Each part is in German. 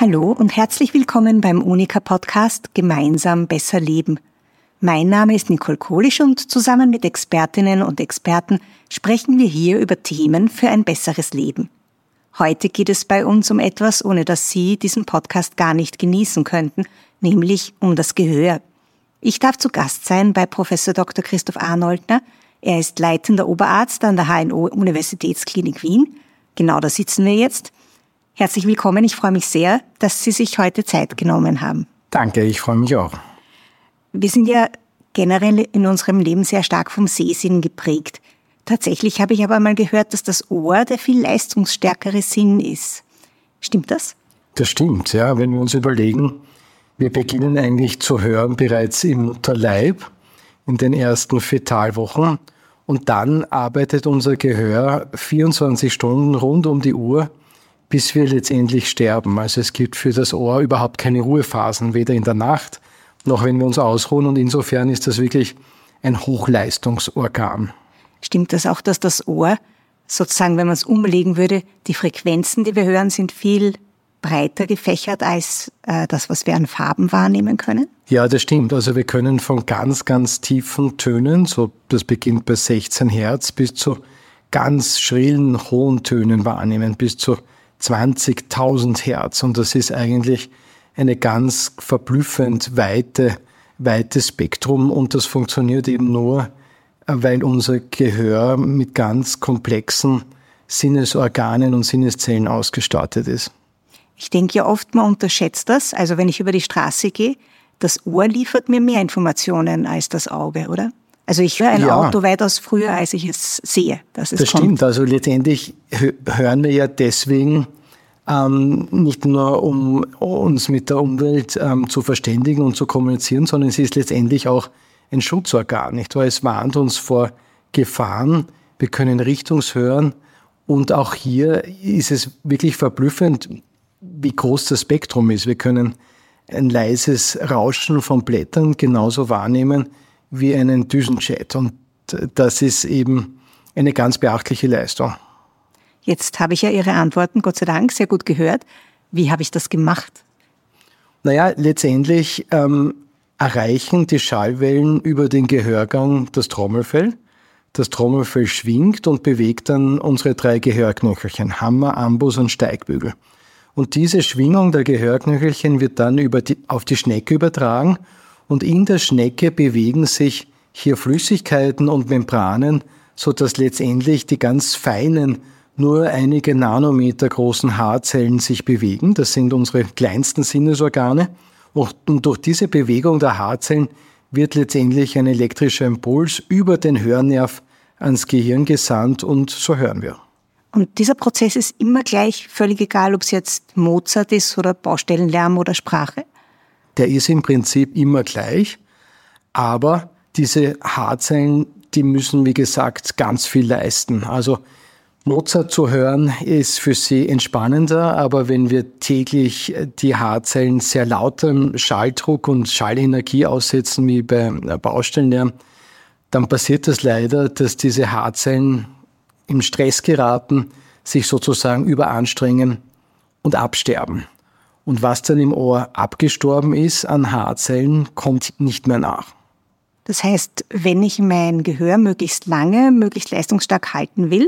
Hallo und herzlich willkommen beim UNICA-Podcast Gemeinsam besser leben. Mein Name ist Nicole Kolisch und zusammen mit Expertinnen und Experten sprechen wir hier über Themen für ein besseres Leben. Heute geht es bei uns um etwas, ohne das Sie diesen Podcast gar nicht genießen könnten, nämlich um das Gehör. Ich darf zu Gast sein bei Prof. Dr. Christoph Arnoldner. Er ist leitender Oberarzt an der HNO-Universitätsklinik Wien. Genau da sitzen wir jetzt. Herzlich willkommen, ich freue mich sehr, dass Sie sich heute Zeit genommen haben. Danke, ich freue mich auch. Wir sind ja generell in unserem Leben sehr stark vom Sehsinn geprägt. Tatsächlich habe ich aber mal gehört, dass das Ohr der viel leistungsstärkere Sinn ist. Stimmt das? Das stimmt, ja. Wenn wir uns überlegen, wir beginnen eigentlich zu hören bereits im Mutterleib, in den ersten Fetalwochen. Und dann arbeitet unser Gehör 24 Stunden rund um die Uhr, bis wir letztendlich sterben. Also es gibt für das Ohr überhaupt keine Ruhephasen, weder in der Nacht, noch wenn wir uns ausruhen. Und insofern ist das wirklich ein Hochleistungsorgan. Stimmt das auch, dass das Ohr, sozusagen, wenn man es umlegen würde, die Frequenzen, die wir hören, sind viel breiter gefächert als das, was wir an Farben wahrnehmen können? Ja, das stimmt. Also wir können von ganz, ganz tiefen Tönen, so das beginnt bei 16 Hertz, bis zu ganz schrillen, hohen Tönen wahrnehmen, bis zu 20.000 Hertz. Und das ist eigentlich eine ganz verblüffend weites Spektrum. Und das funktioniert eben nur, weil unser Gehör mit ganz komplexen Sinnesorganen und Sinneszellen ausgestattet ist. Ich denke ja oft, man unterschätzt das. Also wenn ich über die Straße gehe, das Ohr liefert mir mehr Informationen als das Auge, oder? Also ich höre ein Auto weitaus früher, als ich es sehe, dass es kommt. Das stimmt. Also letztendlich hören wir ja deswegen nicht nur, um uns mit der Umwelt zu verständigen und zu kommunizieren, sondern es ist letztendlich auch ein Schutzorgan, nicht wahr? Es warnt uns vor Gefahren. Wir können richtungshören. Und auch hier ist es wirklich verblüffend, wie groß das Spektrum ist. Wir können ein leises Rauschen von Blättern genauso wahrnehmen wie einen Düsenjet. Und das ist eben eine ganz beachtliche Leistung. Jetzt habe ich ja Ihre Antworten, Gott sei Dank, sehr gut gehört. Wie habe ich das gemacht? Naja, letztendlich erreichen die Schallwellen über den Gehörgang das Trommelfell. Das Trommelfell schwingt und bewegt dann unsere 3 Gehörknöchelchen, Hammer, Ambus und Steigbügel. Und diese Schwingung der Gehörknöchelchen wird dann auf die Schnecke übertragen und in der Schnecke bewegen sich hier Flüssigkeiten und Membranen, sodass letztendlich die ganz feinen, nur einige Nanometer großen Haarzellen sich bewegen. Das sind unsere kleinsten Sinnesorgane. Und durch diese Bewegung der Haarzellen wird letztendlich ein elektrischer Impuls über den Hörnerv ans Gehirn gesandt und so hören wir. Und dieser Prozess ist immer gleich, völlig egal, ob es jetzt Mozart ist oder Baustellenlärm oder Sprache? Der ist im Prinzip immer gleich, aber diese Haarzellen, die müssen, wie gesagt, ganz viel leisten. Also Mozart zu hören ist für Sie entspannender, aber wenn wir täglich die Haarzellen sehr lautem Schalldruck und Schallenergie aussetzen, wie bei Baustellenlärm, dann passiert das leider, dass diese Haarzellen im Stress geraten, sich sozusagen überanstrengen und absterben. Und was dann im Ohr abgestorben ist an Haarzellen, kommt nicht mehr nach. Das heißt, wenn ich mein Gehör möglichst lange, möglichst leistungsstark halten will,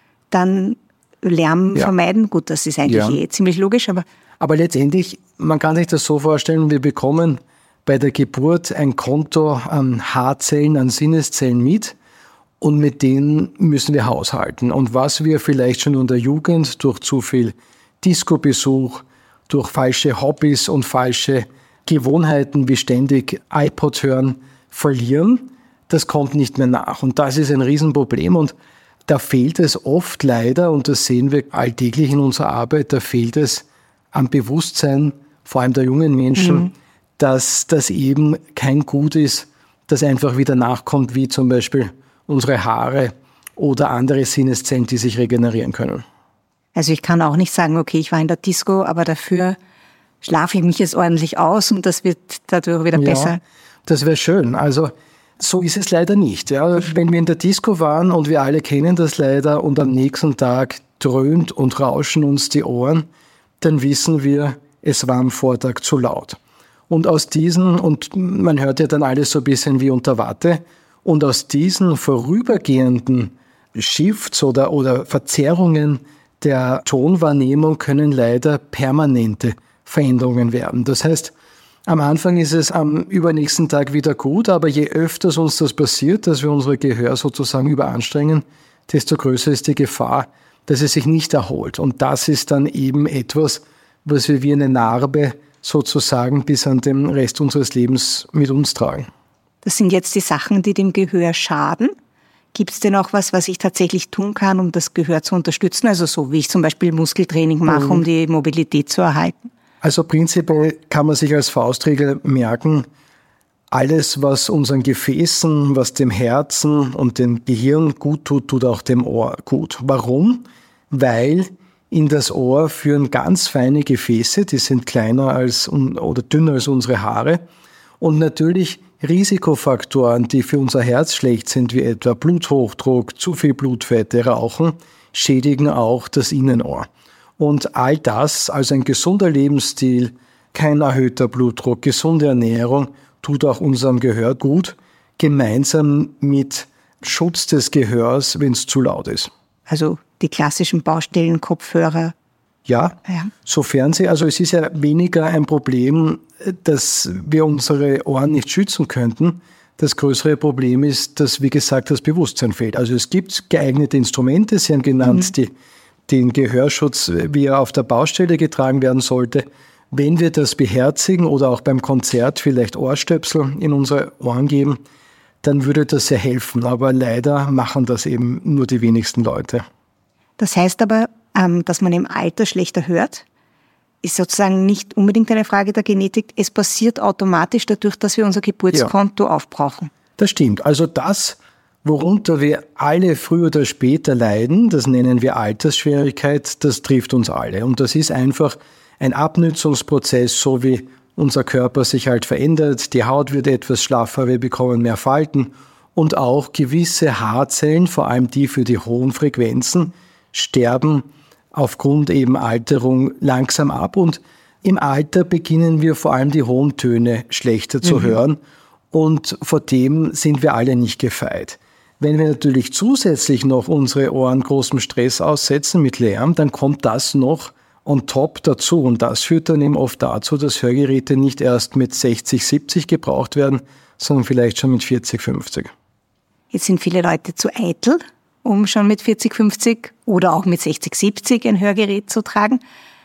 dann Lärm vermeiden. Gut, das ist eigentlich ziemlich logisch. Aber letztendlich, man kann sich das so vorstellen, wir bekommen bei der Geburt ein Konto an Haarzellen, an Sinneszellen mit und mit denen müssen wir haushalten. Und was wir vielleicht schon in der Jugend durch zu viel Disco-Besuch, durch falsche Hobbys und falsche Gewohnheiten wie ständig iPod hören, verlieren, das kommt nicht mehr nach. Und das ist ein Riesenproblem und da fehlt es oft leider, und das sehen wir alltäglich in unserer Arbeit, da fehlt es am Bewusstsein, vor allem der jungen Menschen, dass das eben kein Gut ist, das einfach wieder nachkommt, wie zum Beispiel unsere Haare oder andere Sinneszellen, die sich regenerieren können. Also ich kann auch nicht sagen, okay, ich war in der Disco, aber dafür schlafe ich mich jetzt ordentlich aus und das wird dadurch wieder besser. Das wäre schön. Also so ist es leider nicht. Ja. Wenn wir in der Disco waren und wir alle kennen das leider und am nächsten Tag dröhnt und rauschen uns die Ohren, dann wissen wir, es war am Vortag zu laut. Und aus diesen, und man hört ja dann alles so ein bisschen wie unter Watte, und aus diesen vorübergehenden Shifts oder Verzerrungen der Tonwahrnehmung können leider permanente Veränderungen werden. Das heißt, am Anfang ist es am übernächsten Tag wieder gut, aber je öfters uns das passiert, dass wir unser Gehör sozusagen überanstrengen, desto größer ist die Gefahr, dass es sich nicht erholt. Und das ist dann eben etwas, was wir wie eine Narbe sozusagen bis an den Rest unseres Lebens mit uns tragen. Das sind jetzt die Sachen, die dem Gehör schaden. Gibt es denn auch was ich tatsächlich tun kann, um das Gehör zu unterstützen? Also so wie ich zum Beispiel Muskeltraining mache, um die Mobilität zu erhalten? Also prinzipiell kann man sich als Faustregel merken, alles, was unseren Gefäßen, was dem Herzen und dem Gehirn gut tut, tut auch dem Ohr gut. Warum? Weil in das Ohr führen ganz feine Gefäße, die sind kleiner als oder dünner als unsere Haare. Und natürlich Risikofaktoren, die für unser Herz schlecht sind, wie etwa Bluthochdruck, zu viel Blutfette, Rauchen, schädigen auch das Innenohr. Und all das, also ein gesunder Lebensstil, kein erhöhter Blutdruck, gesunde Ernährung, tut auch unserem Gehör gut, gemeinsam mit Schutz des Gehörs, wenn es zu laut ist. Also die klassischen Baustellen, Kopfhörer. Ja, sofern sie, also es ist ja weniger ein Problem, dass wir unsere Ohren nicht schützen könnten. Das größere Problem ist, dass, wie gesagt, das Bewusstsein fehlt. Also es gibt geeignete Instrumente, Sie haben genannt, den Gehörschutz, wie er auf der Baustelle getragen werden sollte. Wenn wir das beherzigen oder auch beim Konzert vielleicht Ohrstöpsel in unsere Ohren geben, dann würde das sehr helfen. Aber leider machen das eben nur die wenigsten Leute. Das heißt aber, dass man im Alter schlechter hört, ist sozusagen nicht unbedingt eine Frage der Genetik. Es passiert automatisch dadurch, dass wir unser Geburtskonto aufbrauchen. Das stimmt. Also das, worunter wir alle früher oder später leiden, das nennen wir Altersschwierigkeit, das trifft uns alle. Und das ist einfach ein Abnützungsprozess, so wie unser Körper sich halt verändert. Die Haut wird etwas schlaffer, wir bekommen mehr Falten und auch gewisse Haarzellen, vor allem die für die hohen Frequenzen, sterben aufgrund eben Alterung langsam ab. Und im Alter beginnen wir vor allem die hohen Töne schlechter zu hören. Und vor dem sind wir alle nicht gefeit. Wenn wir natürlich zusätzlich noch unsere Ohren großem Stress aussetzen mit Lärm, dann kommt das noch on top dazu. Und das führt dann eben oft dazu, dass Hörgeräte nicht erst mit 60, 70 gebraucht werden, sondern vielleicht schon mit 40, 50. Jetzt sind viele Leute zu eitel, um schon mit 40, 50 oder auch mit 60, 70 ein Hörgerät zu tragen.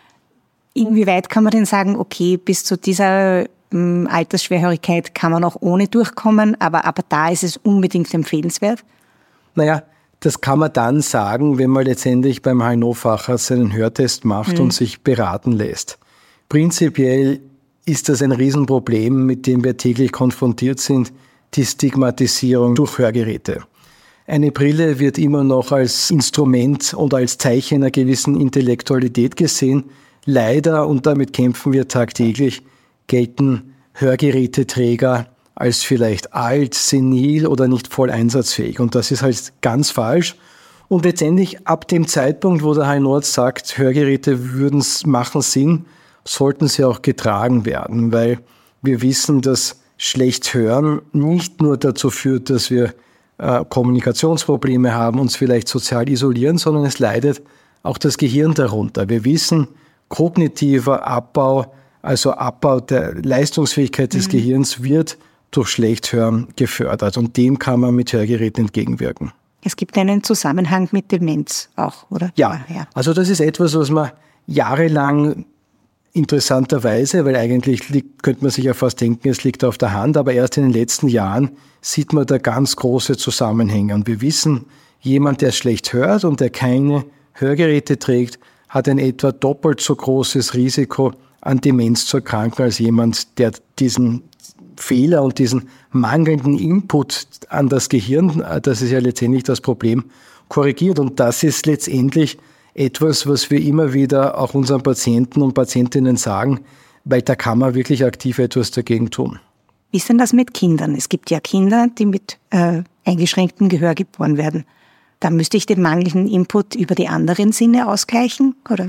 Inwieweit kann man denn sagen, okay, bis zu dieser Altersschwerhörigkeit kann man auch ohne durchkommen, aber da ist es unbedingt empfehlenswert? Naja, das kann man dann sagen, wenn man letztendlich beim HNO-Facharzt seinen Hörtest macht und sich beraten lässt. Prinzipiell ist das ein Riesenproblem, mit dem wir täglich konfrontiert sind, die Stigmatisierung durch Hörgeräte. Eine Brille wird immer noch als Instrument und als Zeichen einer gewissen Intellektualität gesehen. Leider, und damit kämpfen wir tagtäglich, gelten Hörgeräteträger als vielleicht alt, senil oder nicht voll einsatzfähig. Und das ist halt ganz falsch. Und letztendlich ab dem Zeitpunkt, wo der HNO-Arzt sagt, Hörgeräte machen Sinn, sollten sie auch getragen werden, weil wir wissen, dass schlecht hören nicht nur dazu führt, dass wir Kommunikationsprobleme haben, uns vielleicht sozial isolieren, sondern es leidet auch das Gehirn darunter. Wir wissen, kognitiver Abbau, also Abbau der Leistungsfähigkeit des Gehirns wird durch Schlechthören gefördert und dem kann man mit Hörgeräten entgegenwirken. Es gibt einen Zusammenhang mit Demenz auch, oder? Ja, also das ist etwas, was man jahrelang interessanterweise, weil eigentlich könnte man sich ja fast denken, es liegt auf der Hand, aber erst in den letzten Jahren sieht man da ganz große Zusammenhänge. Und wir wissen, jemand, der schlecht hört und der keine Hörgeräte trägt, hat ein etwa doppelt so großes Risiko, an Demenz zu erkranken, als jemand, der diesen Fehler und diesen mangelnden Input an das Gehirn, das ist ja letztendlich das Problem, korrigiert. Und das ist letztendlich etwas, was wir immer wieder auch unseren Patienten und Patientinnen sagen, weil da kann man wirklich aktiv etwas dagegen tun. Wie ist denn das mit Kindern? Es gibt ja Kinder, die mit eingeschränktem Gehör geboren werden. Da müsste ich den mangelnden Input über die anderen Sinne ausgleichen, oder?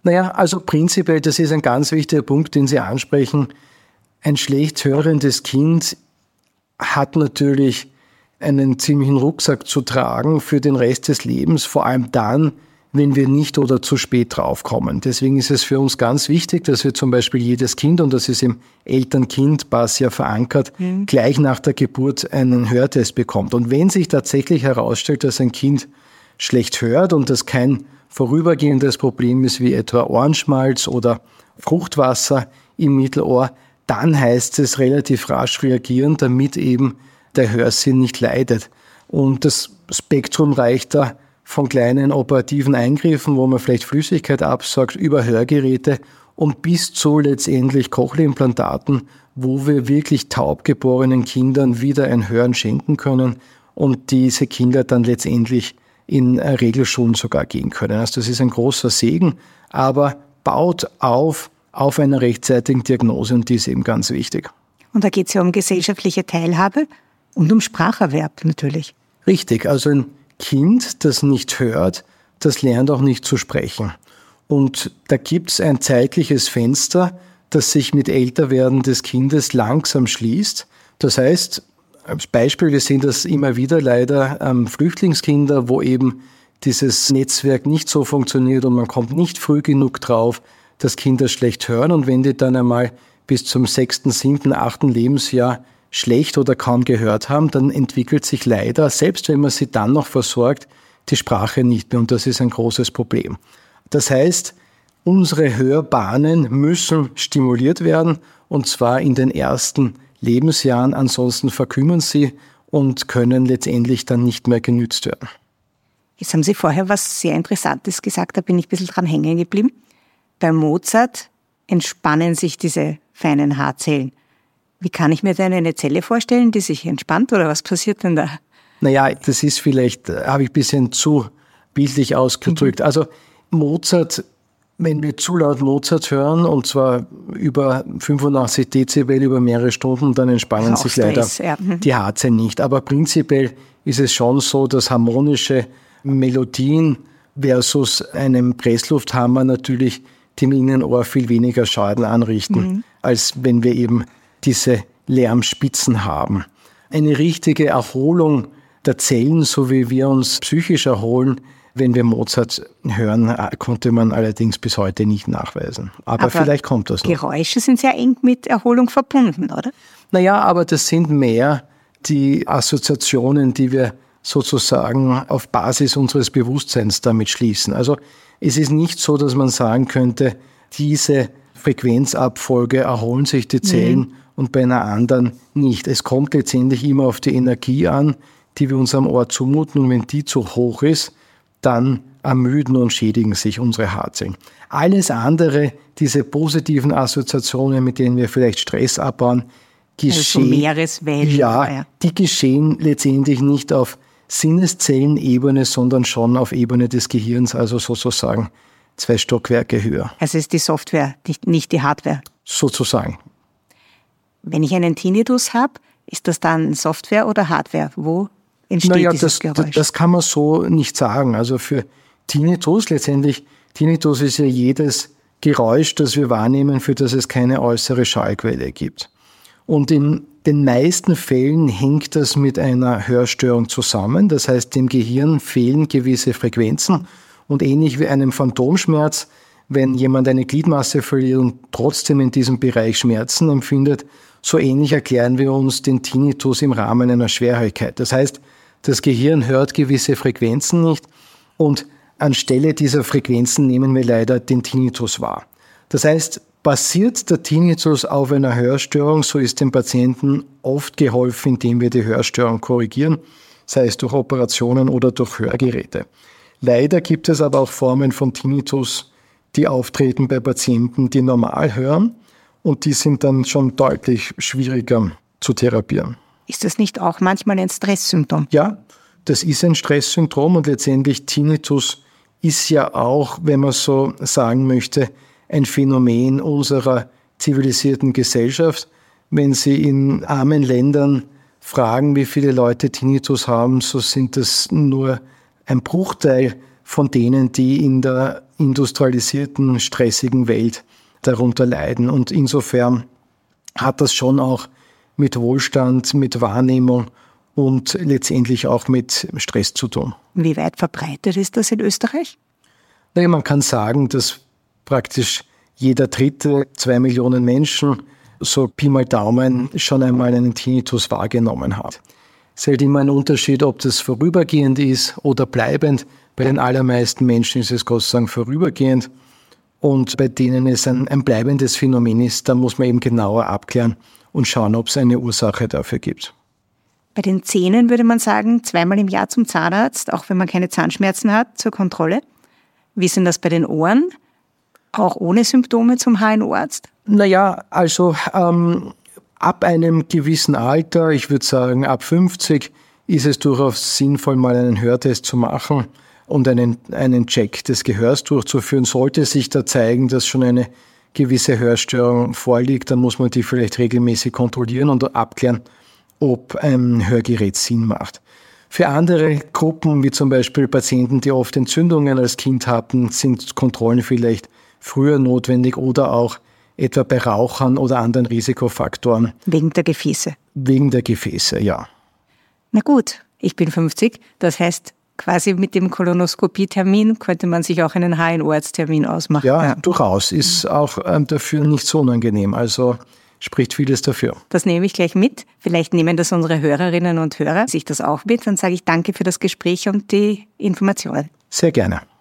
Naja, also prinzipiell, das ist ein ganz wichtiger Punkt, den Sie ansprechen. Ein schlecht hörendes Kind hat natürlich einen ziemlichen Rucksack zu tragen für den Rest des Lebens, vor allem dann, wenn wir nicht oder zu spät draufkommen. Deswegen ist es für uns ganz wichtig, dass wir zum Beispiel jedes Kind, und das ist im Eltern-Kind-Pass ja verankert, gleich nach der Geburt einen Hörtest bekommt. Und wenn sich tatsächlich herausstellt, dass ein Kind schlecht hört und das kein vorübergehendes Problem ist, wie etwa Ohrenschmalz oder Fruchtwasser im Mittelohr, dann heißt es relativ rasch reagieren, damit eben der Hörsinn nicht leidet. Und das Spektrum reicht da von kleinen operativen Eingriffen, wo man vielleicht Flüssigkeit absaugt, über Hörgeräte und bis zu letztendlich Cochlea-Implantaten, wo wir wirklich taub geborenen Kindern wieder ein Hören schenken können und diese Kinder dann letztendlich in Regelschulen sogar gehen können. Also das ist ein großer Segen, aber baut auf einer rechtzeitigen Diagnose und die ist eben ganz wichtig. Und da geht es ja um gesellschaftliche Teilhabe und um Spracherwerb natürlich. Richtig, also ein Kind, das nicht hört, das lernt auch nicht zu sprechen. Und da gibt es ein zeitliches Fenster, das sich mit Älterwerden des Kindes langsam schließt. Das heißt, als Beispiel, wir sehen das immer wieder leider Flüchtlingskinder, wo eben dieses Netzwerk nicht so funktioniert und man kommt nicht früh genug drauf, dass Kinder schlecht hören. Und wenn die dann einmal bis zum 6., 7., 8. Lebensjahr schlecht oder kaum gehört haben, dann entwickelt sich leider, selbst wenn man sie dann noch versorgt, die Sprache nicht mehr. Und das ist ein großes Problem. Das heißt, unsere Hörbahnen müssen stimuliert werden, und zwar in den ersten Lebensjahren. Ansonsten verkümmern sie und können letztendlich dann nicht mehr genützt werden. Jetzt haben Sie vorher was sehr Interessantes gesagt, da bin ich ein bisschen dran hängen geblieben. Bei Mozart entspannen sich diese feinen Haarzellen. Wie kann ich mir denn eine Zelle vorstellen, die sich entspannt, oder was passiert denn da? Naja, das ist vielleicht, habe ich ein bisschen zu bildlich ausgedrückt. Also Mozart, wenn wir zu laut Mozart hören, und zwar über 85 Dezibel über mehrere Stunden, dann entspannen sich Stress, leider die Haarzellen nicht. Aber prinzipiell ist es schon so, dass harmonische Melodien versus einem Presslufthammer natürlich dem Innenohr viel weniger Schaden anrichten, als wenn wir eben diese Lärmspitzen haben. Eine richtige Erholung der Zellen, so wie wir uns psychisch erholen, wenn wir Mozart hören, konnte man allerdings bis heute nicht nachweisen. Aber vielleicht kommt das noch. Geräusche sind sehr eng mit Erholung verbunden, oder? Naja, aber das sind mehr die Assoziationen, die wir sozusagen auf Basis unseres Bewusstseins damit schließen. Also es ist nicht so, dass man sagen könnte, diese Frequenzabfolge erholen sich die Zellen und bei einer anderen nicht. Es kommt letztendlich immer auf die Energie an, die wir unserem Ohr zumuten, und wenn die zu hoch ist, dann ermüden und schädigen sich unsere Haarzellen. Alles andere, diese positiven Assoziationen, mit denen wir vielleicht Stress abbauen, geschehen, also Meereswellen. Ja, die geschehen letztendlich nicht auf Sinneszellenebene, sondern schon auf Ebene des Gehirns, also sozusagen 2 Stockwerke höher. Also ist die Software, nicht die Hardware? Sozusagen. Wenn ich einen Tinnitus habe, ist das dann Software oder Hardware? Wo entsteht dieses Geräusch? Das kann man so nicht sagen. Also für Tinnitus letztendlich, Tinnitus ist ja jedes Geräusch, das wir wahrnehmen, für das es keine äußere Schallquelle gibt. Und in den meisten Fällen hängt das mit einer Hörstörung zusammen. Das heißt, dem Gehirn fehlen gewisse Frequenzen. Und ähnlich wie einem Phantomschmerz, wenn jemand eine Gliedmasse verliert und trotzdem in diesem Bereich Schmerzen empfindet, so ähnlich erklären wir uns den Tinnitus im Rahmen einer Schwerhörigkeit. Das heißt, das Gehirn hört gewisse Frequenzen nicht und anstelle dieser Frequenzen nehmen wir leider den Tinnitus wahr. Das heißt, basiert der Tinnitus auf einer Hörstörung, so ist dem Patienten oft geholfen, indem wir die Hörstörung korrigieren, sei es durch Operationen oder durch Hörgeräte. Leider gibt es aber auch Formen von Tinnitus, die auftreten bei Patienten, die normal hören, und die sind dann schon deutlich schwieriger zu therapieren. Ist das nicht auch manchmal ein Stresssymptom? Ja, das ist ein Stresssymptom, und letztendlich Tinnitus ist ja auch, wenn man so sagen möchte, ein Phänomen unserer zivilisierten Gesellschaft. Wenn Sie in armen Ländern fragen, wie viele Leute Tinnitus haben, so sind das nur ein Bruchteil von denen, die in der industrialisierten, stressigen Welt darunter leiden. Und insofern hat das schon auch mit Wohlstand, mit Wahrnehmung und letztendlich auch mit Stress zu tun. Wie weit verbreitet ist das in Österreich? Naja, man kann sagen, dass praktisch jeder dritte, 2 Millionen Menschen, so Pi mal Daumen, schon einmal einen Tinnitus wahrgenommen hat. Es ist halt immer ein Unterschied, ob das vorübergehend ist oder bleibend. Bei den allermeisten Menschen ist es Gott sei Dank vorübergehend. Und bei denen es ein bleibendes Phänomen ist, da muss man eben genauer abklären und schauen, ob es eine Ursache dafür gibt. Bei den Zähnen würde man sagen, 2-mal im Jahr zum Zahnarzt, auch wenn man keine Zahnschmerzen hat, zur Kontrolle. Wie ist denn das bei den Ohren? Auch ohne Symptome zum HNO-Arzt? Naja, also ab einem gewissen Alter, ich würde sagen ab 50, ist es durchaus sinnvoll, mal einen Hörtest zu machen und einen Check des Gehörs durchzuführen. Sollte sich da zeigen, dass schon eine gewisse Hörstörung vorliegt, dann muss man die vielleicht regelmäßig kontrollieren und abklären, ob ein Hörgerät Sinn macht. Für andere Gruppen, wie zum Beispiel Patienten, die oft Entzündungen als Kind hatten, sind Kontrollen vielleicht früher notwendig oder auch etwa bei Rauchern oder anderen Risikofaktoren. Wegen der Gefäße? Wegen der Gefäße, ja. Na gut, ich bin 50, das heißt, quasi mit dem Kolonoskopietermin könnte man sich auch einen HNO-Arzttermin ausmachen. Ja, durchaus. Ist auch dafür nicht so unangenehm. Also spricht vieles dafür. Das nehme ich gleich mit. Vielleicht nehmen das unsere Hörerinnen und Hörer sich das auch mit. Dann sage ich danke für das Gespräch und die Informationen. Sehr gerne.